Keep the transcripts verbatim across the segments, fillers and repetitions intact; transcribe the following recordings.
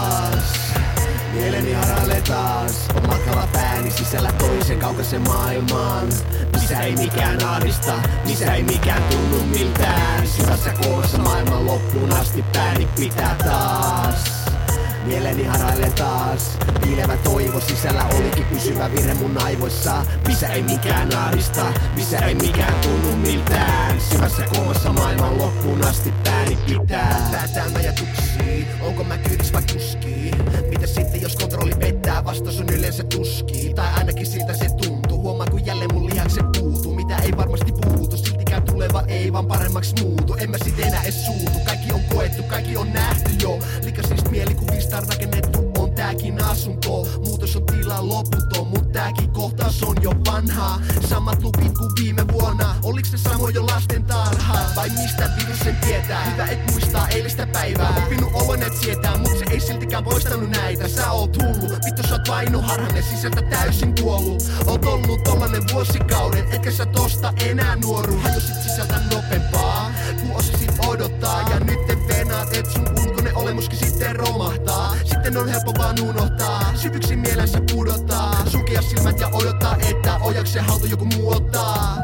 taas mieleni harailee taas. On matkalla pääni sisällä toisen kaukaisen maailmaan, missä ei mikään ahdista, missä ei mikään tunnu miltään. Syvässä koossa maailman loppuun asti pääni pitää taas. Mieleni harailee taas, piilevä toivo sisällä olikin pysyvä virhe mun aivoissa, missä ei mikään ahdista, missä ei mikään tunnu miltään. Syvässä koomassa maailman loppuun asti pääni pitää. Pää täynnä ja tuksii, onko mä kyydis vai kuskii? Mitä sitten jos kontrolli pettää, vastaus on yleensä tuskii. Tai ainakin siltä se tuntuu, huomaan kun jälleen mun lihakset puutuu. Mitä ei varmasti puutu, siltikään tuleva ei vaan paremmaks muutu. En mä sit enää edes suutu, kaikki on koettu, kaikki on nähty jo. Likaisista mielikuvista rakennettu on tääkin asunto. Muutos on tila loputon, mut tääkin kohtaus on jo vanhaa. Samat lupit kuin viime vuonna, oliks ne samoin jo lasten tarhaa? Vai mistä virus sen tietää? Hyvä et muistaa eilistä päivää. Oppinut olon et sietää, mut se ei siltikään poistanut näitä. Sä oot hullu, vittu sä oot vainoharhanen, sisältä täysin kuollut. Oot ollut tollanen vuosikauden, etkä sä tosta enää nuoru. Hajosit sisältä nopempaa, kun osasit odottaa. Ja nyt te venaat, et sun ulkoinen olemuskin sitten romahtaa. Sitten on helppo vaan unohtaa, syvyksi mielensä pudottaa. Sulkea silmät ja odottaa, että ojakseen haltu joku muu ottaa.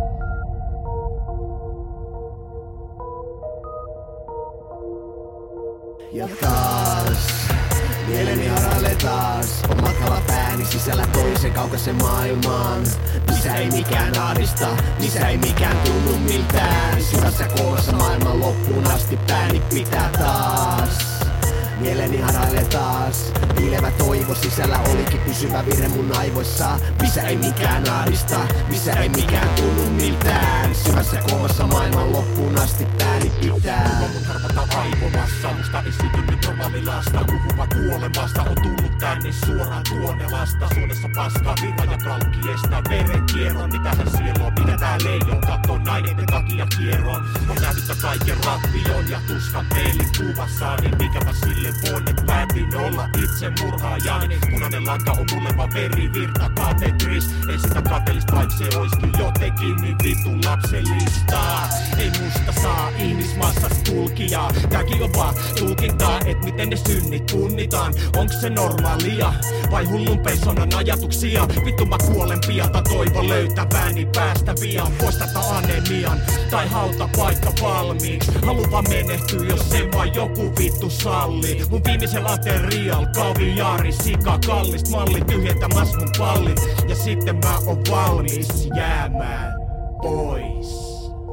Ja taas mieleni harailee taas. On matkalla pääni sisällä toisen kaukaisen maailmaan, missä ei mikään ahdista, missä ei mikään tunnu miltään. Syvässä koossa maailman loppuun asti pääni pitää taas. Mieleni harailee taas, piilevä toivo sisällä olikin pysyvä virhe mun aivoissa, missä ei mikään ahdista, missä ei mikään tunnu miltään. Syvässä koomassa maailman loppuun asti pääni pitää. Kuva mun harvata aivomassa, musta esitynyt normaalilasta. Kuva kuolemasta on tullut tänne suoraan tuonelasta. Suonessa paskaa, virra ja kalkki estää verenkierron. Mitähän siellä on, mikä tää leijon kattoo nainen takia kierron. On nähnyt tän kaiken rappion ja tuskan peilin kuvassa, niin mikäpä sille vuonne päätin olla itse murhaajani. Punainen lanka on mulle vaan verivirta katetris. Ei sitä kateellista, vaikka se oiskin jotenkin niin vitun lapsellista. Ei musta saa ihmismassas tulkia. Tääkin on vaan tulkintaa, et miten ne synnit punnitaan. Onks se normaalia vai hullun personan ajatuksia? Vittu mä kuolen pian, toivo löytäväni päästä vian. Pois tätä anemian tai hauta paikka valmiiksi. Haluan vaan menehtyä, jos se vaan joku vittu salli. Mun viimeisellä aterial, kaviaari, sika, kallist malli, tyhjentämäs mun pallit. Ja sitten mä oon valmis jäämään pois.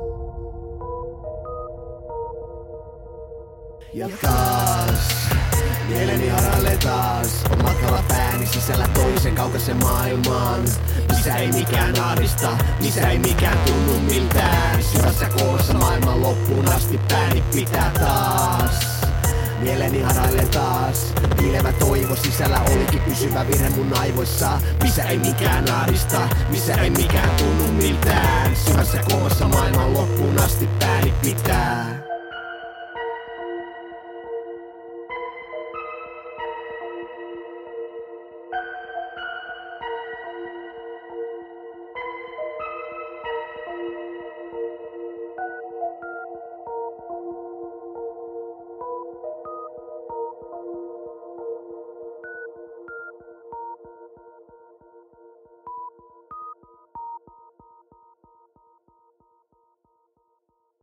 Ja taas mieleni harailee taas. On matkalla pääni sisällä toisen kaukaisen maailmaan, missä ei mikään ahdista, missä ei mikään tunnu miltään. Syvässä koossa maailman loppuun asti pääni pitää taas. Mieleni harailee taas, piilevä toivo sisällä olikin pysyvä virhe mun aivoissa, missä ei mikään ahdista, missä ei mikään tunnu miltään. Syvässä koomassa maailman loppuun asti pääni pitää.